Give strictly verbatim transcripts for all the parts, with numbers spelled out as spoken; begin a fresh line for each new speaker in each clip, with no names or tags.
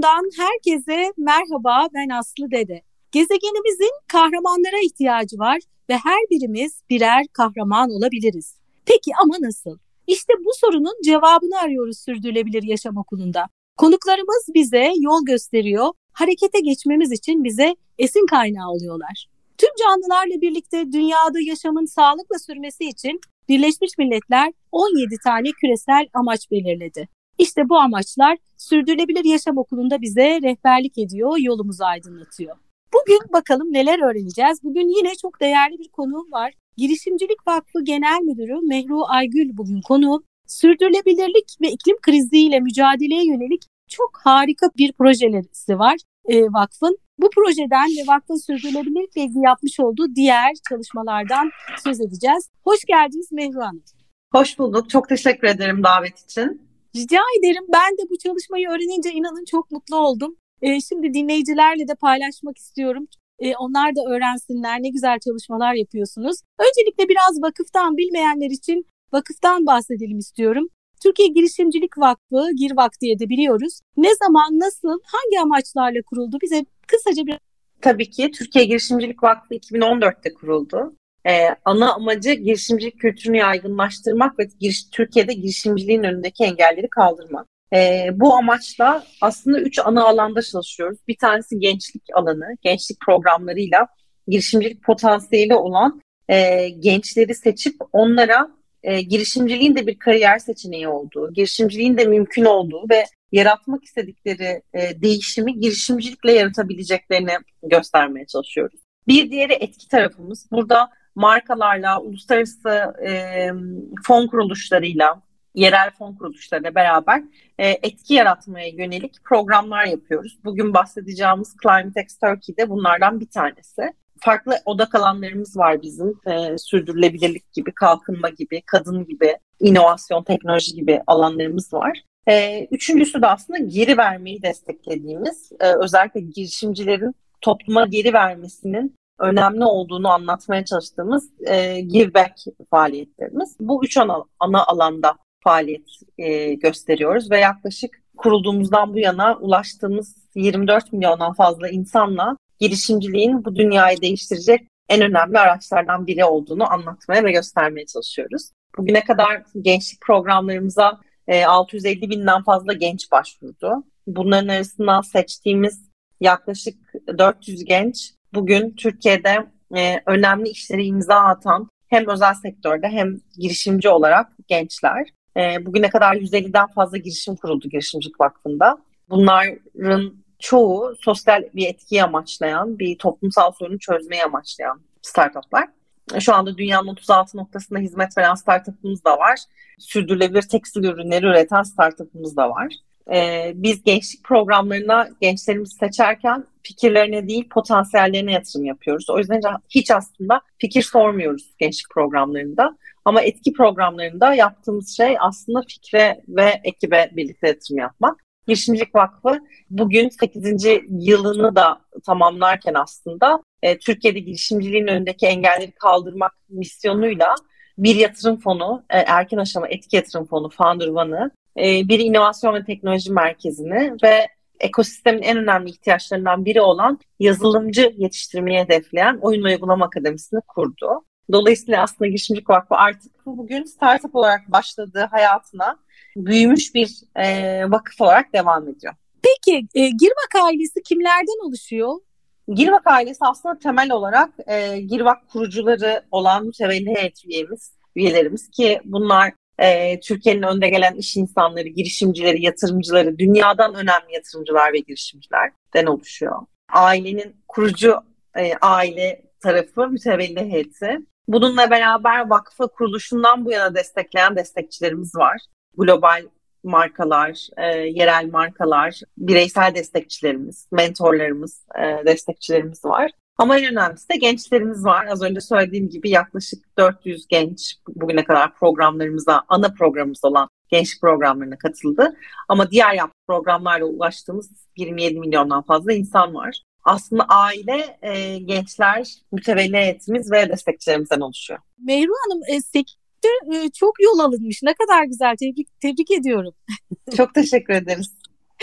Okulundan herkese merhaba, ben Aslı Dede. Gezegenimizin kahramanlara ihtiyacı var ve her birimiz birer kahraman olabiliriz. Peki ama nasıl? İşte bu sorunun cevabını arıyoruz Sürdürülebilir Yaşam Okulu'nda. Konuklarımız bize yol gösteriyor, harekete geçmemiz için bize esin kaynağı oluyorlar. Tüm canlılarla birlikte dünyada yaşamın sağlıkla sürmesi için Birleşmiş Milletler on yedi tane küresel amaç belirledi. İşte bu amaçlar Sürdürülebilir Yaşam Okulu'nda bize rehberlik ediyor, yolumuzu aydınlatıyor. Bugün bakalım neler öğreneceğiz. Bugün yine çok değerli bir konuğum var. Girişimcilik Vakfı Genel Müdürü Mehru Aygül bugün konuğum. Sürdürülebilirlik ve iklim kriziyle mücadeleye yönelik çok harika bir projesi var e, vakfın. Bu projeden ve vakfın sürdürülebilirlikle ilgili yapmış olduğu diğer çalışmalardan söz edeceğiz. Hoş geldiniz Mehru Hanım.
Hoş bulduk. Çok teşekkür ederim davet için.
Rica ederim. Ben de bu çalışmayı öğrenince inanın çok mutlu oldum. Ee, şimdi dinleyicilerle de paylaşmak istiyorum. Ee, onlar da öğrensinler. Ne güzel çalışmalar yapıyorsunuz. Öncelikle biraz vakıftan, bilmeyenler için vakıftan bahsedelim istiyorum. Türkiye Girişimcilik Vakfı, GİRVAK diye de biliyoruz. Ne zaman, nasıl, hangi amaçlarla kuruldu? Bize kısaca bir...
Tabii ki Türkiye Girişimcilik Vakfı iki bin on dörtte kuruldu. Ee, ana amacı girişimcilik kültürünü yaygınlaştırmak ve giriş, Türkiye'de girişimciliğin önündeki engelleri kaldırmak. Ee, bu amaçla aslında üç ana alanda çalışıyoruz. Bir tanesi gençlik alanı, gençlik programlarıyla girişimcilik potansiyeli olan e, gençleri seçip onlara e, girişimciliğin de bir kariyer seçeneği olduğu, girişimciliğin de mümkün olduğu ve yaratmak istedikleri e, değişimi girişimcilikle yaratabileceklerini göstermeye çalışıyoruz. Bir diğeri etki tarafımız. Burada markalarla, uluslararası e, fon kuruluşlarıyla, yerel fon kuruluşlarıyla beraber e, etki yaratmaya yönelik programlar yapıyoruz. Bugün bahsedeceğimiz Climate X Turkey'de bunlardan bir tanesi. Farklı odak alanlarımız var bizim. E, sürdürülebilirlik gibi, kalkınma gibi, kadın gibi, inovasyon, teknoloji gibi alanlarımız var. E, üçüncüsü de aslında geri vermeyi desteklediğimiz, e, özellikle girişimcilerin topluma geri vermesinin önemli olduğunu anlatmaya çalıştığımız e, Give Back faaliyetlerimiz. Bu üç ana, ana alanda faaliyet e, gösteriyoruz ve yaklaşık kurulduğumuzdan bu yana ulaştığımız yirmi dört milyondan fazla insanla girişimciliğin bu dünyayı değiştirecek en önemli araçlardan biri olduğunu anlatmaya ve göstermeye çalışıyoruz. Bugüne kadar gençlik programlarımıza e, altı yüz elli binden fazla genç başvurdu. Bunların arasından seçtiğimiz yaklaşık dört yüz genç bugün Türkiye'de e, önemli işleri imza atan hem özel sektörde hem girişimci olarak gençler. E, bugüne kadar yüz elliden fazla girişim kuruldu Girişimcilik Vakfı'nda. Bunların çoğu sosyal bir etkiyi amaçlayan, bir toplumsal sorunu çözmeyi amaçlayan startuplar. Şu anda dünyanın otuz altı noktasında hizmet veren startupımız da var. Sürdürülebilir tekstil ürünleri üreten startupımız da var. Ee, biz gençlik programlarına gençlerimizi seçerken fikirlerine değil potansiyellerine yatırım yapıyoruz. O yüzden hiç aslında fikir sormuyoruz gençlik programlarında. Ama etki programlarında yaptığımız şey aslında fikre ve ekibe birlikte yatırım yapmak. Girişimcilik Vakfı bugün sekizinci yılını da tamamlarken aslında e, Türkiye'de girişimciliğin önündeki engelleri kaldırmak misyonuyla bir yatırım fonu, e, erken aşama etki yatırım fonu, Founder One'ı, e, bir inovasyon ve teknoloji merkezini ve ekosistemin en önemli ihtiyaçlarından biri olan yazılımcı yetiştirmeyi hedefleyen Oyun ve Uygulama Akademisi'ni kurdu. Dolayısıyla aslında Girişimcilik Vakfı artık bugün startup olarak başladığı hayatına büyümüş bir e, vakıf olarak devam ediyor.
Peki e, GİRVAK ailesi kimlerden oluşuyor?
GİRVAK ailesi aslında temel olarak e, GİRVAK kurucuları olan mütevelli heyet üyemiz, üyelerimiz ki bunlar e, Türkiye'nin önde gelen iş insanları, girişimcileri, yatırımcıları, dünyadan önemli yatırımcılar ve girişimcilerden oluşuyor. Ailenin kurucu e, aile tarafı mütevelli heyeti. Bununla beraber vakfı kuruluşundan bu yana destekleyen destekçilerimiz var. Global markalar, e, yerel markalar, bireysel destekçilerimiz, mentorlarımız, e, destekçilerimiz var. Ama en önemlisi de gençlerimiz var. Az önce söylediğim gibi yaklaşık dört yüz genç bugüne kadar programlarımıza, ana programımız olan gençlik programlarına katıldı. Ama diğer yaptığımız programlarla ulaştığımız yirmi yedi milyondan fazla insan var. Aslında aile, e, gençler, mütevelli heyetimiz ve destekçilerimizden oluşuyor.
Mehru Hanım, e, sektör e, çok yol alınmış. Ne kadar güzel. Tebrik, tebrik ediyorum.
Çok teşekkür ederiz.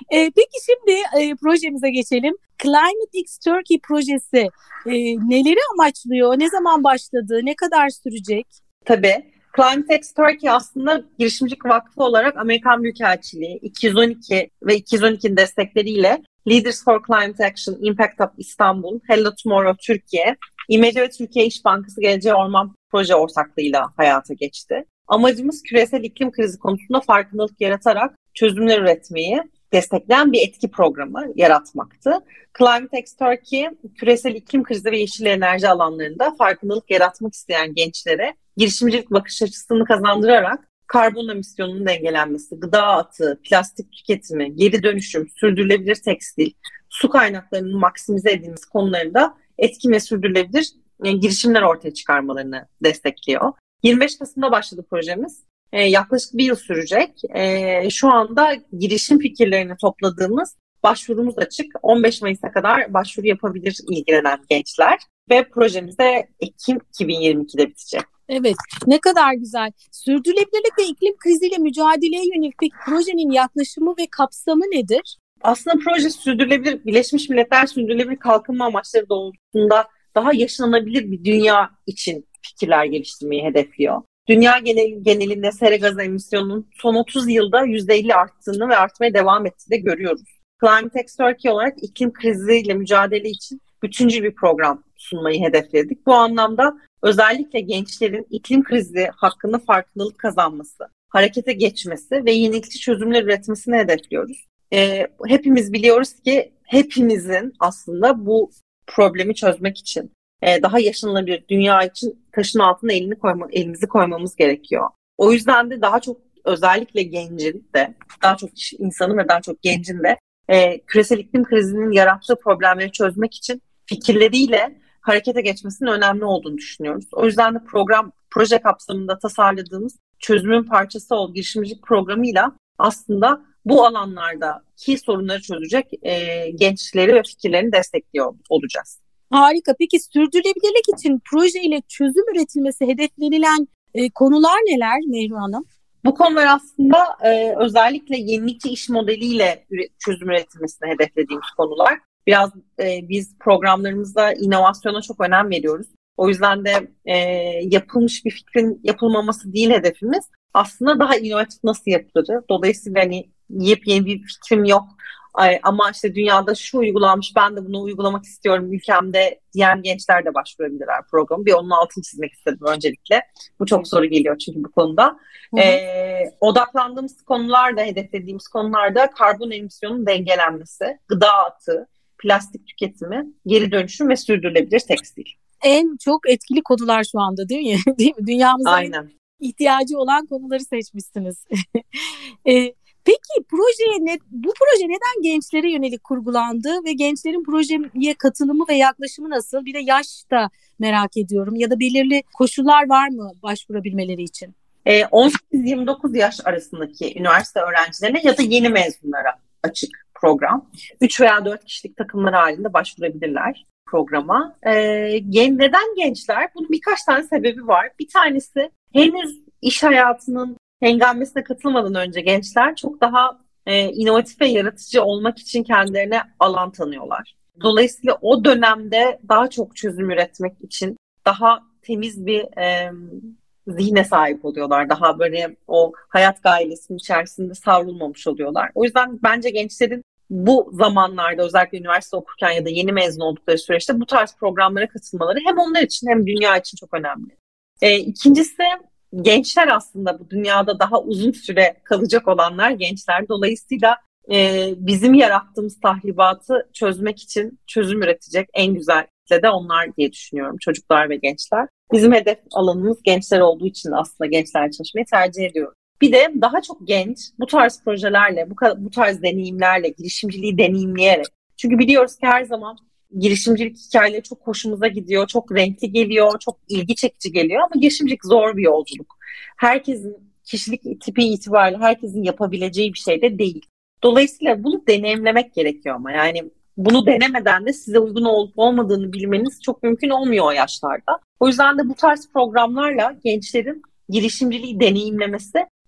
E, peki şimdi e, projemize geçelim. Climate X Turkey projesi e, neleri amaçlıyor? Ne zaman başladı? Ne kadar sürecek?
Tabii. Climate X Turkey aslında Girişimcilik Vakfı olarak Amerikan Büyükelçiliği iki yüz on iki ve iki yüz on ikinin destekleriyle Leaders for Climate Action, Impact Hub İstanbul, Hello Tomorrow Türkiye, İMece ve Türkiye İş Bankası Geleceğe Orman Proje ortaklığıyla hayata geçti. Amacımız küresel iklim krizi konusunda farkındalık yaratarak çözümler üretmeyi destekleyen bir etki programı yaratmaktı. Climate X Turkey, küresel iklim krizi ve yeşil enerji alanlarında farkındalık yaratmak isteyen gençlere girişimcilik bakış açısını kazandırarak karbon emisyonunun dengelenmesi, gıda atığı, plastik tüketimi, geri dönüşüm, sürdürülebilir tekstil, su kaynaklarının maksimize edilmesi konularında etkin ve sürdürülebilir yani girişimler ortaya çıkarmalarını destekliyor. yirmi beş Kasım'da başladı projemiz. Ee, yaklaşık bir yıl sürecek. Ee, şu anda girişim fikirlerini topladığımız başvurumuz açık. on beş Mayıs'a kadar başvuru yapabilir ilgilenen gençler ve projemiz de Ekim iki bin yirmi ikide bitecek.
Evet, ne kadar güzel. Sürdürülebilirlik ve iklim kriziyle mücadeleye yönelik peki projenin yaklaşımı ve kapsamı nedir?
Aslında proje sürdürülebilir, Birleşmiş Milletler Sürdürülebilir Kalkınma Amaçları doğrultusunda daha yaşanabilir bir dünya için fikirler geliştirmeyi hedefliyor. Dünya genelinde sera gazı emisyonunun son otuz yılda yüzde elli arttığını ve artmaya devam ettiğini görüyoruz. Climate X Turkey olarak iklim kriziyle mücadele için bütüncül bir program sunmayı hedefledik. Bu anlamda özellikle gençlerin iklim krizi hakkında farkındalık kazanması, harekete geçmesi ve yenilikçi çözümler üretmesini hedefliyoruz. Ee, hepimiz biliyoruz ki hepimizin aslında bu problemi çözmek için, e, daha yaşanılabilir dünya için taşın altına elini koyma, elimizi koymamız gerekiyor. O yüzden de daha çok özellikle gencin de, daha çok insanın ve daha çok gencin de e, küresel iklim krizinin yarattığı problemleri çözmek için fikirleriyle harekete geçmesinin önemli olduğunu düşünüyoruz. O yüzden de program, proje kapsamında tasarladığımız çözümün parçası ol girişimcilik programıyla aslında bu alanlardaki sorunları çözecek e, gençleri ve fikirlerini destekliyor olacağız.
Harika. Peki sürdürülebilirlik için projeyle çözüm üretilmesi hedeflenilen e, konular neler Meyru Hanım?
Bu konular aslında e, özellikle yenilikçi iş modeliyle çözüm üretilmesini hedeflediğimiz konular. Biraz e, biz programlarımızda inovasyona çok önem veriyoruz. O yüzden de e, yapılmış bir fikrin yapılmaması değil hedefimiz. Aslında daha inovatif nasıl yapılır? Dolayısıyla hani yepyeni bir fikrim yok. Ay, ama işte dünyada şu uygulanmış, ben de bunu uygulamak istiyorum ülkemde diyen gençler de başvurabilirler programı. Bir onun altını çizmek istedim öncelikle. Bu çok soru geliyor çünkü bu konuda. Ee, odaklandığımız konular da, hedeflediğimiz konularda karbon emisyonunun dengelenmesi, gıda atığı, plastik tüketimi, geri dönüşüm ve sürdürülebilir tekstil.
En çok etkili konular şu anda değil mi? Değil mi? Dünyamızın
Aynen.
ihtiyacı olan konuları seçmişsiniz. e, Peki projeye ne, bu proje neden gençlere yönelik kurgulandı ve gençlerin projeye katılımı ve yaklaşımı nasıl? Bir de yaş da merak ediyorum ya da belirli koşullar var mı başvurabilmeleri için?
E, on sekiz yirmi dokuz yaş arasındaki üniversite öğrencilerine ya da yeni mezunlara açık program. üç veya dört kişilik takımlar halinde başvurabilirler programa. E, gen, neden gençler? Bunun birkaç tane sebebi var. Bir tanesi henüz iş hayatının hengamesine katılmadan önce gençler çok daha e, inovatif ve yaratıcı olmak için kendilerine alan tanıyorlar. Dolayısıyla o dönemde daha çok çözüm üretmek için daha temiz bir e, zihne sahip oluyorlar. Daha böyle o hayat gailesinin içerisinde savrulmamış oluyorlar. O yüzden bence gençlerin bu zamanlarda özellikle üniversite okurken ya da yeni mezun oldukları süreçte bu tarz programlara katılmaları hem onlar için hem dünya için çok önemli. E, ikincisi gençler aslında bu dünyada daha uzun süre kalacak olanlar gençler. Dolayısıyla e, bizim yarattığımız tahribatı çözmek için çözüm üretecek en güzel kitle de onlar diye düşünüyorum. Çocuklar ve gençler. Bizim hedef alanımız gençler olduğu için aslında gençlerle çalışmayı tercih ediyoruz. Bir de daha çok genç bu tarz projelerle, bu, bu tarz deneyimlerle, girişimciliği deneyimleyerek. Çünkü biliyoruz ki her zaman girişimcilik hikayeleri çok hoşumuza gidiyor, çok renkli geliyor, çok ilgi çekici geliyor ama girişimcilik zor bir yolculuk. Herkesin kişilik tipi itibariyle herkesin yapabileceği bir şey de değil. Dolayısıyla bunu deneyimlemek gerekiyor ama yani bunu denemeden de size uygun olup olmadığını bilmeniz çok mümkün olmuyor o yaşlarda. O yüzden de bu tarz programlarla gençlerin girişimciliği deneyimlemesi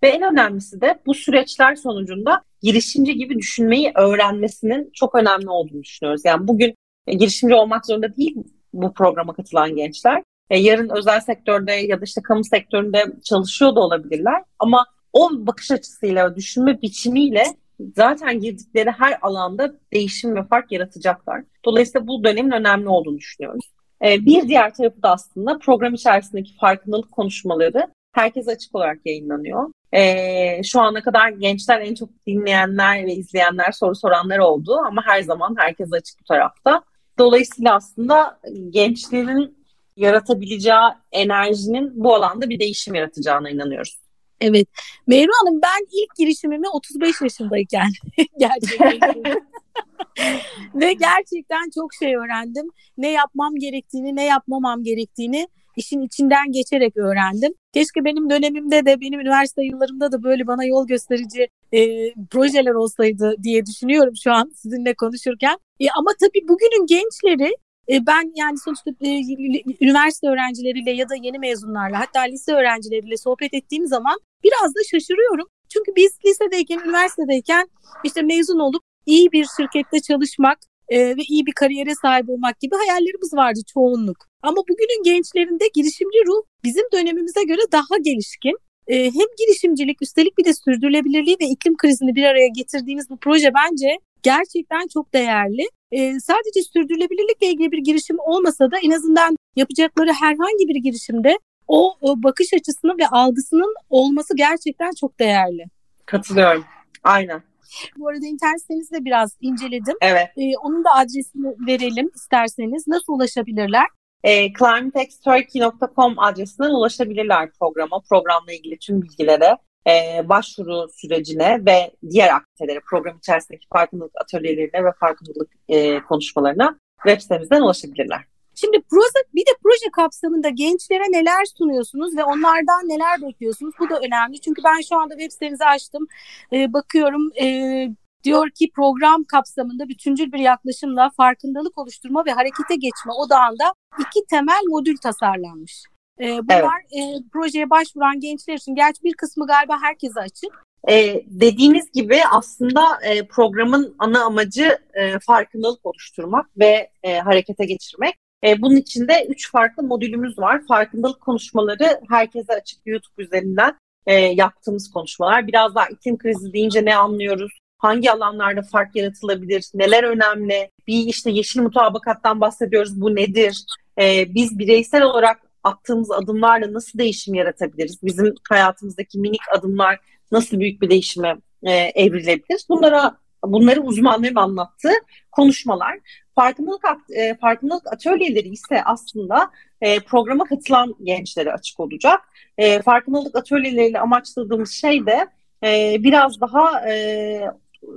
Ve en önemlisi de bu süreçler sonucunda girişimci gibi düşünmeyi öğrenmesinin çok önemli olduğunu düşünüyoruz. Yani bugün e, girişimci olmak zorunda değil bu programa katılan gençler. E, yarın özel sektörde ya da işte kamu sektöründe çalışıyor da olabilirler. Ama o bakış açısıyla, düşünme biçimiyle zaten girdikleri her alanda değişim ve fark yaratacaklar. Dolayısıyla bu dönemin önemli olduğunu düşünüyoruz. E, bir diğer tarafı da aslında program içerisindeki farkındalık konuşmaları herkese açık olarak yayınlanıyor. Ee, şu ana kadar gençler en çok dinleyenler ve izleyenler, soru soranlar oldu ama her zaman herkese açık bu tarafta. Dolayısıyla aslında gençlerin yaratabileceği enerjinin bu alanda bir değişim yaratacağına inanıyoruz.
Evet. Meyru Hanım, ben ilk girişimimi otuz beş yaşındayken gerçekleştirdim. Ve gerçekten çok şey öğrendim. Ne yapmam gerektiğini, ne yapmamam gerektiğini işin içinden geçerek öğrendim. Keşke benim dönemimde de, benim üniversite yıllarımda da böyle bana yol gösterici e, projeler olsaydı diye düşünüyorum şu an sizinle konuşurken. E, ama tabii bugünün gençleri, e, ben yani sonuçta e, üniversite öğrencileriyle ya da yeni mezunlarla, hatta lise öğrencileriyle sohbet ettiğim zaman biraz da şaşırıyorum. Çünkü biz lisedeyken, üniversitedeyken işte mezun olup iyi bir şirkette çalışmak e, ve iyi bir kariyere sahip olmak gibi hayallerimiz vardı çoğunluk. Ama bugünün gençlerinde girişimci ruh bizim dönemimize göre daha gelişkin. E, hem girişimcilik, üstelik bir de sürdürülebilirliği ve iklim krizini bir araya getirdiğimiz bu proje bence gerçekten çok değerli. E, sadece sürdürülebilirlikle ilgili bir girişim olmasa da en azından yapacakları herhangi bir girişimde o, o bakış açısının ve algısının olması gerçekten çok değerli.
Katılıyorum. Aynen.
Bu arada internet sitenizi de biraz inceledim.
Evet.
Ee, onun da adresini verelim isterseniz. Nasıl ulaşabilirler?
E, climatex turkey nokta com adresinden ulaşabilirler programa, programla ilgili tüm bilgilere, e, başvuru sürecine ve diğer aktivitelere, program içerisindeki farkındalık atölyelerine ve farkındalık e, konuşmalarına web sitemizden ulaşabilirler.
Şimdi proje, bir de proje kapsamında gençlere neler sunuyorsunuz ve onlardan neler bekliyorsunuz? Bu da önemli. Çünkü ben şu anda web sitenizi açtım. Ee, bakıyorum e, diyor ki program kapsamında bütüncül bir yaklaşımla farkındalık oluşturma ve harekete geçme odağında iki temel modül tasarlanmış. Ee, bunlar evet. e, projeye başvuran gençler için, gerçi bir kısmı galiba herkese açık.
Ee, dediğiniz gibi aslında e, programın ana amacı e, farkındalık oluşturmak ve e, harekete geçirmek. E, bunun içinde üç farklı modülümüz var. Farkındalık konuşmaları herkese açık, YouTube üzerinden e, yaptığımız konuşmalar. Biraz daha iklim krizi deyince ne anlıyoruz? Hangi alanlarda fark yaratılabilir? Neler önemli? Bir işte yeşil mutabakattan bahsediyoruz. Bu nedir? E, biz bireysel olarak attığımız adımlarla nasıl değişim yaratabiliriz? Bizim hayatımızdaki minik adımlar nasıl büyük bir değişime e, evrilebilir? Bunlara bunları uzmanların anlattığı konuşmalar. Farkındalık e, farkındalık atölyeleri ise aslında e, programa katılan gençlere açık olacak. E, farkındalık atölyeleriyle amaçladığımız şey de e, biraz daha e,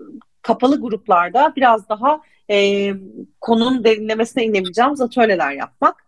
kapalı gruplarda biraz daha e, konunun derinlemesine inebileceğimiz atölyeler yapmak.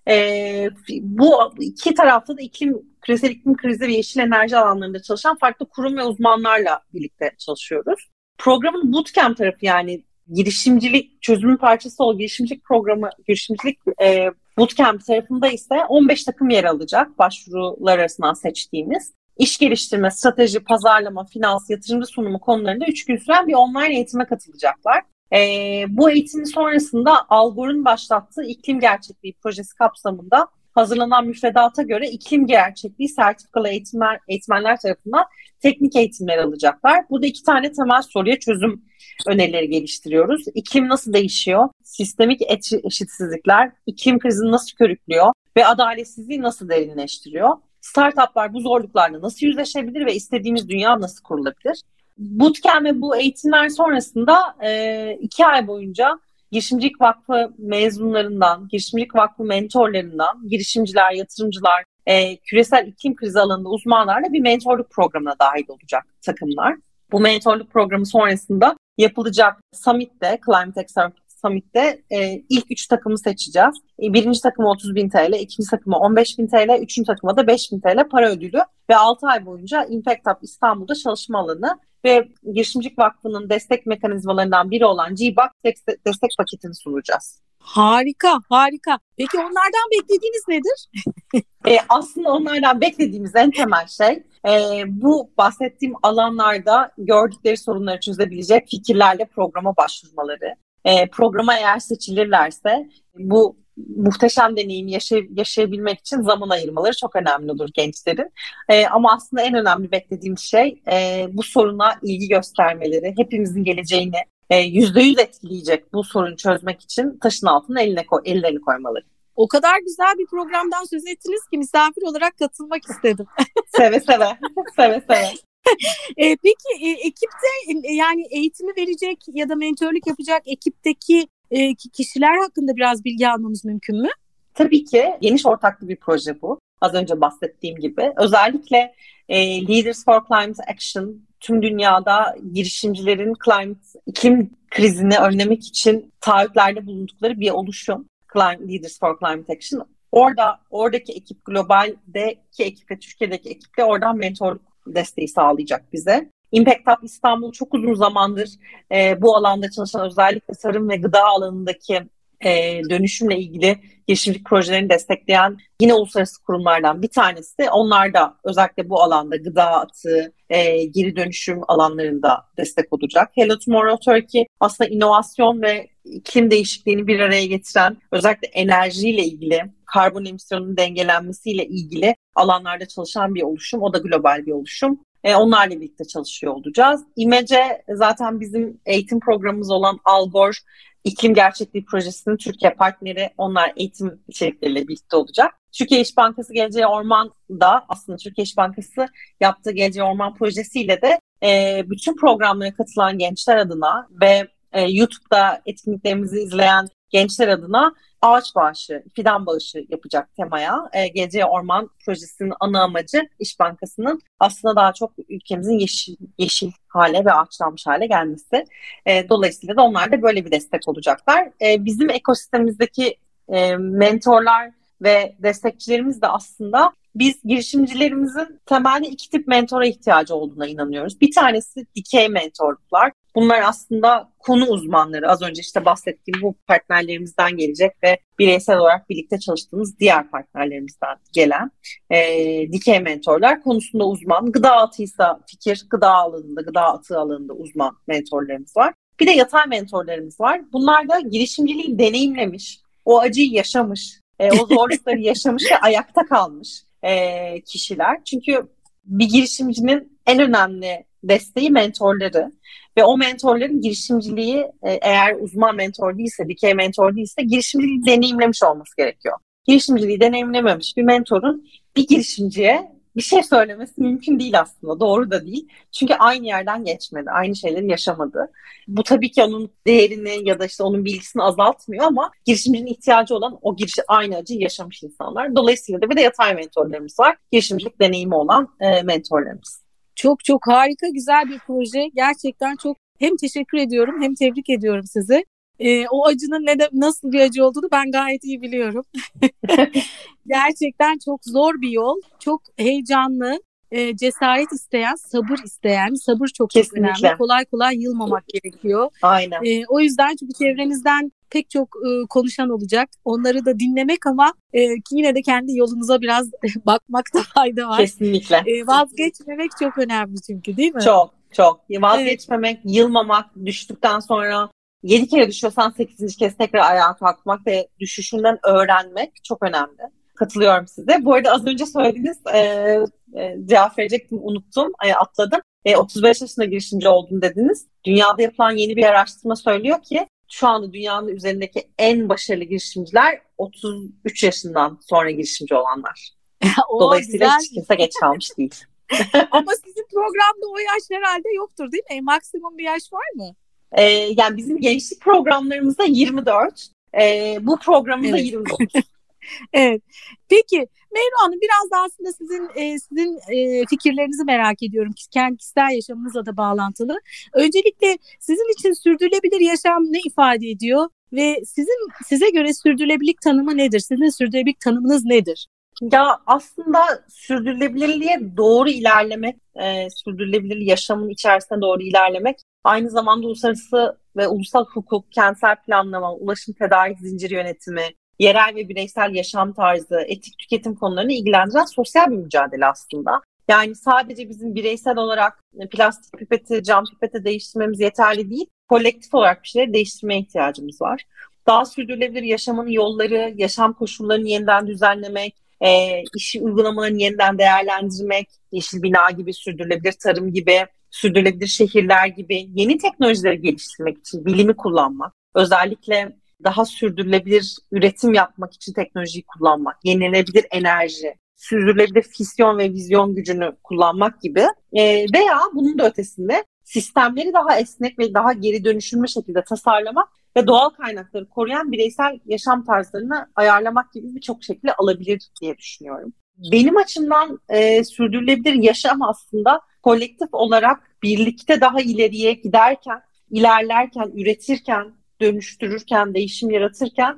E, bu iki tarafta da iklim, küresel iklim krizi ve yeşil enerji alanlarında çalışan farklı kurum ve uzmanlarla birlikte çalışıyoruz. Programın bootcamp tarafı, yani girişimcilik çözümün parçası ol girişimcilik programı, girişimcilik e, bootcamp tarafında ise on beş takım yer alacak başvurular arasından seçtiğimiz. İş geliştirme, strateji, pazarlama, finans, yatırımcı sunumu konularında üç gün süren bir online eğitime katılacaklar. E, bu eğitimin sonrasında Al Gore'un başlattığı iklim gerçekliği projesi kapsamında hazırlanan müfredata göre iklim gerçekliği sertifikalı eğitimler, eğitmenler tarafından teknik eğitimler alacaklar. Burada iki tane temel soruya çözüm önerileri geliştiriyoruz. İklim nasıl değişiyor? Sistemik eşitsizlikler iklim krizini nasıl körüklüyor ve adaletsizliği nasıl derinleştiriyor? Startuplar bu zorluklarla nasıl yüzleşebilir ve istediğimiz dünya nasıl kurulabilir? Bootcamp ve bu eğitimler sonrasında e, iki ay boyunca Girişimcilik Vakfı mezunlarından, Girişimcilik Vakfı mentorlarından, girişimciler, yatırımcılar, e, küresel iklim krizi alanında uzmanlarla bir mentorluk programına dahil olacak takımlar. Bu mentorluk programı sonrasında yapılacak Summit'te, Climatex Summit'te e, ilk üç takımı seçeceğiz. E, birinci takıma otuz bin T L, ikinci takıma on beş bin T L, üçüncü takıma da beş bin T L para ödülü ve altı ay boyunca Impact Hub İstanbul'da çalışma alanı ve Girişimcilik Vakfı'nın destek mekanizmalarından biri olan G B A K destek paketini sunacağız.
Harika, harika. Peki onlardan beklediğiniz nedir?
E, aslında onlardan beklediğimiz en temel şey e, bu bahsettiğim alanlarda gördükleri sorunları çözebilecek fikirlerle programa başvurmaları. E, programa eğer seçilirlerse bu muhteşem deneyimi yaşay- yaşayabilmek için zaman ayırmaları çok önemli olur gençlerin. E, ama aslında en önemli beklediğim şey e, bu soruna ilgi göstermeleri, hepimizin geleceğini e, yüzde yüz etkileyecek bu sorunu çözmek için taşın altına eline koy- ellerini koymaları.
O kadar güzel bir programdan söz ettiniz ki misafir olarak katılmak istedim.
Seve seve, seve seve.
E, peki e, ekipte e, yani eğitimi verecek ya da mentörlük yapacak ekipteki e, kişiler hakkında biraz bilgi almamız mümkün mü?
Tabii ki geniş ortaklı bir proje bu. Az önce bahsettiğim gibi. Özellikle e, Leaders for Climate Action tüm dünyada girişimcilerin climate, iklim krizini önlemek için taahhütlerde bulundukları bir oluşum. Climate, Leaders for Climate Action. Orada oradaki ekip, globaldeki ekip ve Türkiye'deki ekiple oradan mentorluk desteği sağlayacak bize. Impact Hub İstanbul çok uzun zamandır e, bu alanda çalışan, özellikle tarım ve gıda alanındaki e, dönüşümle ilgili girişimcilik projelerini destekleyen yine uluslararası kurumlardan bir tanesi. Onlar da özellikle bu alanda gıda atığı, e, geri dönüşüm alanlarında destek olacak. Hello Tomorrow Turkey aslında inovasyon ve iklim değişikliğini bir araya getiren, özellikle enerjiyle ilgili, karbon emisyonunun dengelenmesiyle ilgili alanlarda çalışan bir oluşum. O da global bir oluşum. E, onlarla birlikte çalışıyor olacağız. İmece zaten bizim eğitim programımız olan Algor İklim Gerçekliği Projesi'nin Türkiye partneri. Onlar eğitim içerikleriyle birlikte olacak. Türkiye İş Bankası Geleceğe Orman da aslında Türkiye İş Bankası yaptığı Geleceğe Orman projesiyle de e, bütün programlara katılan gençler adına ve e, YouTube'da etkinliklerimizi izleyen gençler adına ağaç bağışı, fidan bağışı yapacak temaya. E, Geleceğe Orman projesinin ana amacı İş Bankası'nın aslında daha çok ülkemizin yeşil, yeşil hale ve ağaçlanmış hale gelmesi. E, dolayısıyla da onlar da böyle bir destek olacaklar. E, bizim ekosistemimizdeki e, mentorlar ve destekçilerimiz de aslında biz girişimcilerimizin temelde iki tip mentora ihtiyacı olduğuna inanıyoruz. Bir tanesi dikey mentorluklar. Bunlar aslında konu uzmanları. Az önce işte bahsettiğim bu partnerlerimizden gelecek ve bireysel olarak birlikte çalıştığımız diğer partnerlerimizden gelen e, dikey mentorlar konusunda uzman. Gıda atıysa fikir, gıda alanında, gıda atığı alanında uzman mentorlarımız var. Bir de yatay mentorlarımız var. Bunlar da girişimciliği deneyimlemiş, o acıyı yaşamış, e, o zorlukları yaşamış ve ayakta kalmış e, kişiler. Çünkü bir girişimcinin en önemli desteği mentorları ve o mentorların girişimciliği e, eğer uzman mentor değilse, dikey mentor değilse girişimciliği deneyimlemiş olması gerekiyor. Girişimciliği deneyimlememiş bir mentorun bir girişimciye bir şey söylemesi mümkün değil aslında. Doğru da değil. Çünkü aynı yerden geçmedi. Aynı şeyleri yaşamadı. Bu tabii ki onun değerini ya da işte onun bilgisini azaltmıyor ama girişimcinin ihtiyacı olan o girişi, aynı acıyı yaşamış insanlar. Dolayısıyla da bir de yatay mentorlarımız var. Girişimcilik deneyimi olan e, mentorlarımız.
Çok çok harika, güzel bir proje. Gerçekten çok hem teşekkür ediyorum hem tebrik ediyorum sizi. Ee, o acının ne de, nasıl bir acı olduğunu ben gayet iyi biliyorum. Gerçekten çok zor bir yol, çok heyecanlı, e, cesaret isteyen, sabır isteyen, sabır çok çok önemli. Kolay kolay yılmamak gerekiyor.
Aynen.
E, o yüzden çünkü çevrenizden pek çok e, konuşan olacak. Onları da dinlemek ama e, yine de kendi yolunuza biraz bakmakta fayda var.
Kesinlikle.
E, vazgeçmemek çok önemli çünkü, değil mi?
Çok çok. Vazgeçmemek, evet. Yılmamak, düştükten sonra yedi kere düşüyorsan sekizinci kez tekrar ayağa kalkmak ve düşüşünden öğrenmek çok önemli. Katılıyorum size. Bu arada az önce söylediğiniz e, e, cevap verecektim, unuttum, e, atladım. E, otuz beş yaşında girişimci oldum dediniz. Dünyada yapılan yeni bir araştırma söylüyor ki şu anda dünyanın üzerindeki en başarılı girişimciler otuz üç yaşından sonra girişimci olanlar.
O,
dolayısıyla
güzel.
Hiç kimse geç kalmış değil.
Ama sizin programda o yaş herhalde yoktur, değil mi? E, maksimum bir yaş var mı?
Ee, yani bizim gençlik programlarımızda yirmi dört. Ee, bu programımızda evet. yirmi dokuz.
Evet. Peki Meyru Hanım, biraz da aslında sizin e, sizin e, fikirlerinizi merak ediyorum. Kendi kişisel yaşamınızla da bağlantılı. Öncelikle sizin için sürdürülebilir yaşam ne ifade ediyor ve sizin size göre sürdürülebilirlik tanımı nedir? Sizin sürdürülebilirlik tanımınız nedir?
Ya aslında sürdürülebilirliğe doğru ilerlemek, e, sürdürülebilir yaşamın içerisine doğru ilerlemek, aynı zamanda uluslararası ve ulusal hukuk, kentsel planlama, ulaşım tedarik zinciri yönetimi, yerel ve bireysel yaşam tarzı, etik tüketim konularını ilgilendiren sosyal bir mücadele aslında. Yani sadece bizim bireysel olarak plastik pipeti, cam pipeti değiştirmemiz yeterli değil, kolektif olarak bir şeyleri değiştirmeye ihtiyacımız var. Daha sürdürülebilir yaşamın yolları, yaşam koşullarını yeniden düzenlemek, e, iş uygulamalarını yeniden değerlendirmek, yeşil bina gibi, sürdürülebilir tarım gibi, sürdürülebilir şehirler gibi yeni teknolojileri geliştirmek için bilimi kullanmak, özellikle daha sürdürülebilir üretim yapmak için teknolojiyi kullanmak, yenilenebilir enerji, sürdürülebilir fisyon ve vizyon gücünü kullanmak gibi e, veya bunun da ötesinde sistemleri daha esnek ve daha geri dönüşümlü şekilde tasarlamak ve doğal kaynakları koruyan bireysel yaşam tarzlarını ayarlamak gibi birçok şekli alabilir diye düşünüyorum. Benim açımdan e, sürdürülebilir yaşam aslında kolektif olarak birlikte daha ileriye giderken, ilerlerken, üretirken, dönüştürürken, değişim yaratırken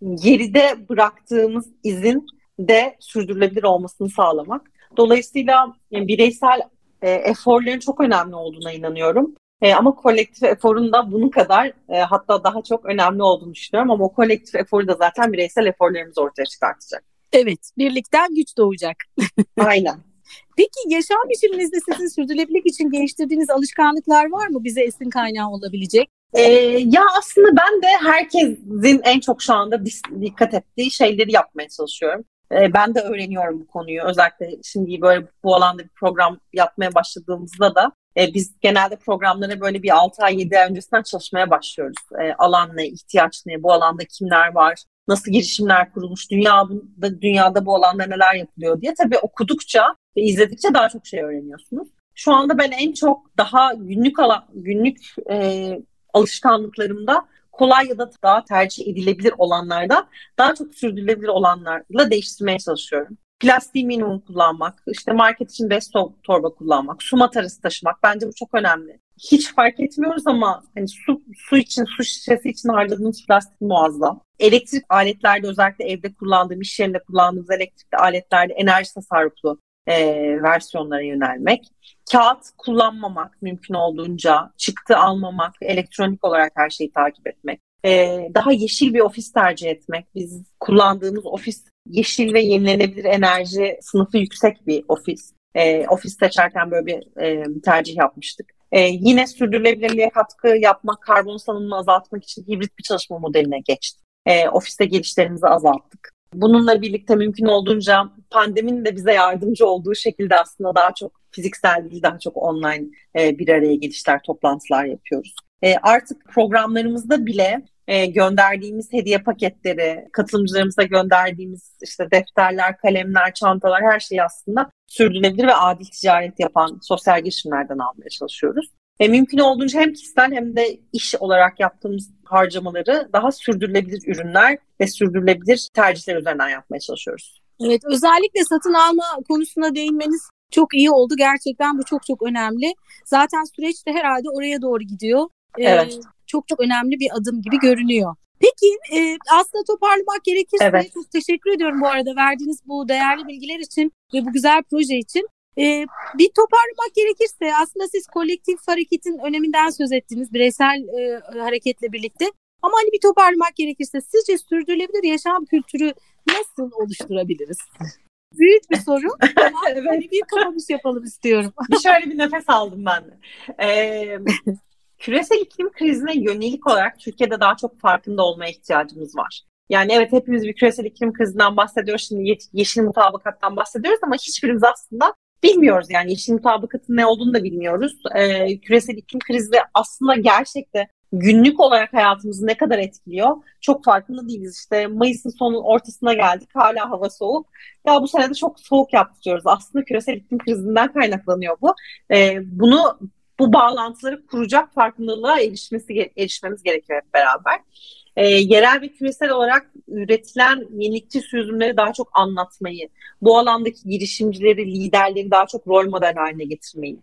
geride bıraktığımız izin de sürdürülebilir olmasını sağlamak. Dolayısıyla yani bireysel e, eforların çok önemli olduğuna inanıyorum. E, ama kolektif eforun da bunun kadar e, hatta daha çok önemli olduğunu düşünüyorum. Ama o kolektif eforu da zaten bireysel eforlarımız ortaya çıkartacak.
Evet, birlikten güç doğacak.
Aynen.
Peki yaşam biçiminizde sizin sürdürülebilirlik için geliştirdiğiniz alışkanlıklar var mı bize esin kaynağı olabilecek?
Ee, ya aslında ben de herkesin en çok şu anda dikkat ettiği şeyleri yapmaya çalışıyorum. Ee, ben de öğreniyorum bu konuyu. Özellikle şimdi böyle bu alanda bir program yapmaya başladığımızda da e, biz genelde programlara böyle bir altı ay yedi ay öncesinden çalışmaya başlıyoruz. E, alan ne, ihtiyaç ne, bu alanda kimler var, nasıl girişimler kurulmuş, dünyada, dünyada bu alanda neler yapılıyor diye. Tabii okudukça ve izledikçe daha çok şey öğreniyorsunuz. Şu anda ben en çok daha günlük alan, günlük e, alışkanlıklarımda kolay ya da daha tercih edilebilir olanlardan daha çok sürdürülebilir olanlarla değiştirmeye çalışıyorum. Plastiği minimum kullanmak, işte market için bez torba kullanmak, su matarası taşımak, bence bu çok önemli. Hiç fark etmiyoruz ama hani su, su için, su şişesi için harcadığımız plastik muazzam. Elektrik aletlerde, özellikle evde kullandığım, iş yerinde kullandığımız elektrikli aletlerde enerji tasarruflu e, versiyonlara yönelmek. Kağıt kullanmamak mümkün olduğunca, çıktı almamak, elektronik olarak her şeyi takip etmek. Ee, daha yeşil bir ofis tercih etmek. Biz kullandığımız ofis yeşil ve yenilenebilir enerji sınıfı yüksek bir ofis. Ee, ofis seçerken böyle bir e, tercih yapmıştık. Ee, yine sürdürülebilirliğe katkı yapmak, karbon salınımını azaltmak için hibrit bir çalışma modeline geçtik. Ee, ofiste gelişlerimizi azalttık. Bununla birlikte mümkün olduğunca pandeminin de bize yardımcı olduğu şekilde aslında daha çok fiziksel değil, daha çok online e, bir araya gelişler, toplantılar yapıyoruz. E, artık programlarımızda bile e, gönderdiğimiz hediye paketleri, katılımcılarımıza gönderdiğimiz işte defterler, kalemler, çantalar, her şeyi aslında sürdürülebilir ve adil ticaret yapan sosyal girişimlerden almaya çalışıyoruz. E, mümkün olduğunca hem kişisel hem de iş olarak yaptığımız harcamaları daha sürdürülebilir ürünler ve sürdürülebilir tercihler üzerinden yapmaya çalışıyoruz.
Evet, özellikle satın alma konusuna değinmeniz çok iyi oldu. Gerçekten bu çok çok önemli. Zaten süreç de herhalde oraya doğru gidiyor. Ee,
evet.
Çok çok önemli bir adım gibi görünüyor. Peki e, aslında toparlamak gerekirse
evet.
çok teşekkür ediyorum bu arada verdiğiniz bu değerli bilgiler için ve bu güzel proje için. Ee, bir toparlamak gerekirse aslında siz kolektif hareketin öneminden söz ettiniz bireysel e, hareketle birlikte. Ama hani bir toparlamak gerekirse sizce sürdürülebilir yaşam kültürü nasıl oluşturabiliriz? Büyük bir soru ama evet. Hani bir kapanış yapalım istiyorum.
Bir şöyle bir nefes aldım ben de. Ee, küresel iklim krizine yönelik olarak Türkiye'de daha çok farkında olmaya ihtiyacımız var. Yani evet, hepimiz bir küresel iklim krizinden bahsediyoruz. Şimdi ye- yeşil mutabakattan bahsediyoruz ama hiçbirimiz aslında bilmiyoruz. Yani yeşil mutabakatın ne olduğunu da bilmiyoruz. Ee, küresel iklim krizi aslında gerçekten günlük olarak hayatımızı ne kadar etkiliyor çok farkında değiliz. İşte Mayıs'ın sonun ortasına geldik, hala hava soğuk. Ya bu sene de çok soğuk yaptı diyoruz. Aslında küresel iklim krizinden kaynaklanıyor bu. Ee, bunu bu bağlantıları kuracak farkındalığa erişmesi, erişmemiz gerekiyor hep beraber. Ee, yerel ve küresel olarak üretilen yenilikçi çözümleri daha çok anlatmayı, bu alandaki girişimcileri, liderleri daha çok rol model haline getirmeyi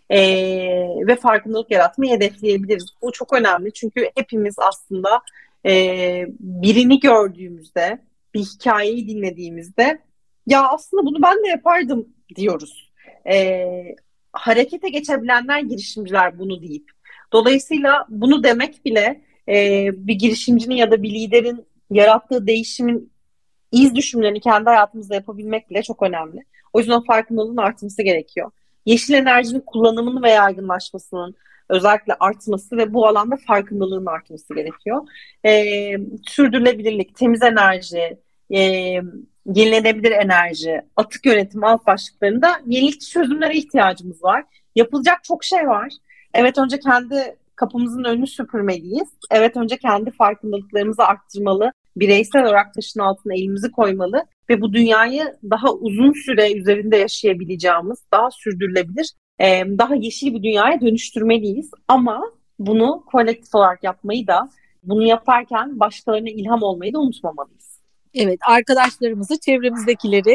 Ee, ve farkındalık yaratmayı hedefleyebiliriz. Bu çok önemli çünkü hepimiz aslında e, birini gördüğümüzde, bir hikayeyi dinlediğimizde Ya aslında bunu ben de yapardım diyoruz. Ee, Harekete geçebilenler girişimciler bunu deyip. Dolayısıyla bunu demek bile e, bir girişimcinin ya da bir liderin yarattığı değişimin iz düşümlerini kendi hayatımızda yapabilmek bile çok önemli. O yüzden o farkındalığın artması gerekiyor. Yeşil enerjinin kullanımının ve yaygınlaşmasının özellikle artması ve bu alanda farkındalığın artması gerekiyor. Ee, Sürdürülebilirlik, temiz enerji, e, yenilenebilir enerji, atık yönetimi alt başlıklarında yenilikçi çözümlere ihtiyacımız var. Yapılacak çok şey var. Evet, önce kendi kapımızın önünü süpürmeliyiz. Evet, önce kendi farkındalıklarımızı arttırmalı, bireysel olarak taşın altına elimizi koymalı ve bu dünyayı daha uzun süre üzerinde yaşayabileceğimiz, daha sürdürülebilir, e, daha yeşil bir dünyaya dönüştürmeliyiz. Ama bunu kolektif olarak yapmayı da, bunu yaparken başkalarına ilham olmayı da unutmamalıyız.
Evet, arkadaşlarımızı, çevremizdekileri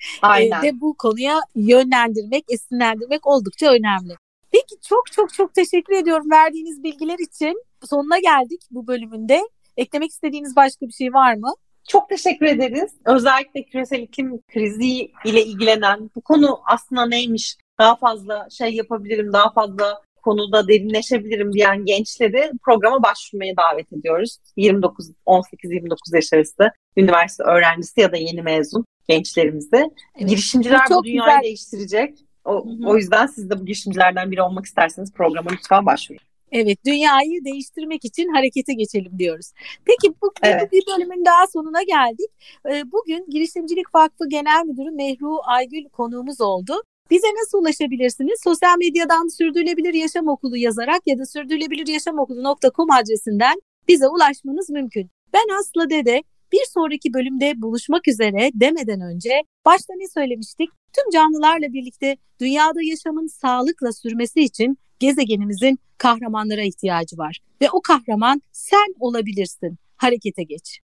e, de bu konuya yönlendirmek, esinlendirmek oldukça önemli. Peki çok çok çok teşekkür ediyorum verdiğiniz bilgiler için. Sonuna geldik bu bölümünde. Eklemek istediğiniz başka bir şey var mı?
Çok teşekkür ederiz. Özellikle küresel iklim krizi ile ilgilenen, bu konu aslında neymiş, daha fazla şey yapabilirim, daha fazla konuda derinleşebilirim diyen gençleri programa başvurmaya davet ediyoruz. yirmi dokuz on sekiz yirmi dokuz yaş arası üniversite öğrencisi ya da yeni mezun gençlerimize. Evet. Girişimciler bu, bu dünyayı güzel değiştirecek. O, o yüzden siz de bu girişimcilerden biri olmak isterseniz programa lütfen başvurun.
Evet, dünyayı değiştirmek için harekete geçelim diyoruz. Peki bu, evet. bu bir bölümün daha sonuna geldik. Bugün Girişimcilik Vakfı Genel Müdürü Mehru Aygül konuğumuz oldu. Bize nasıl ulaşabilirsiniz? Sosyal medyadan Sürdürülebilir Yaşam Okulu yazarak ya da sürdürülebiliryaşamokulu nokta com adresinden bize ulaşmanız mümkün. Ben Aslı Dede. Bir sonraki bölümde buluşmak üzere demeden önce başta ne söylemiştik? Tüm canlılarla birlikte dünyada yaşamın sağlıkla sürmesi için gezegenimizin kahramanlara ihtiyacı var. Ve o kahraman sen olabilirsin. Harekete geç.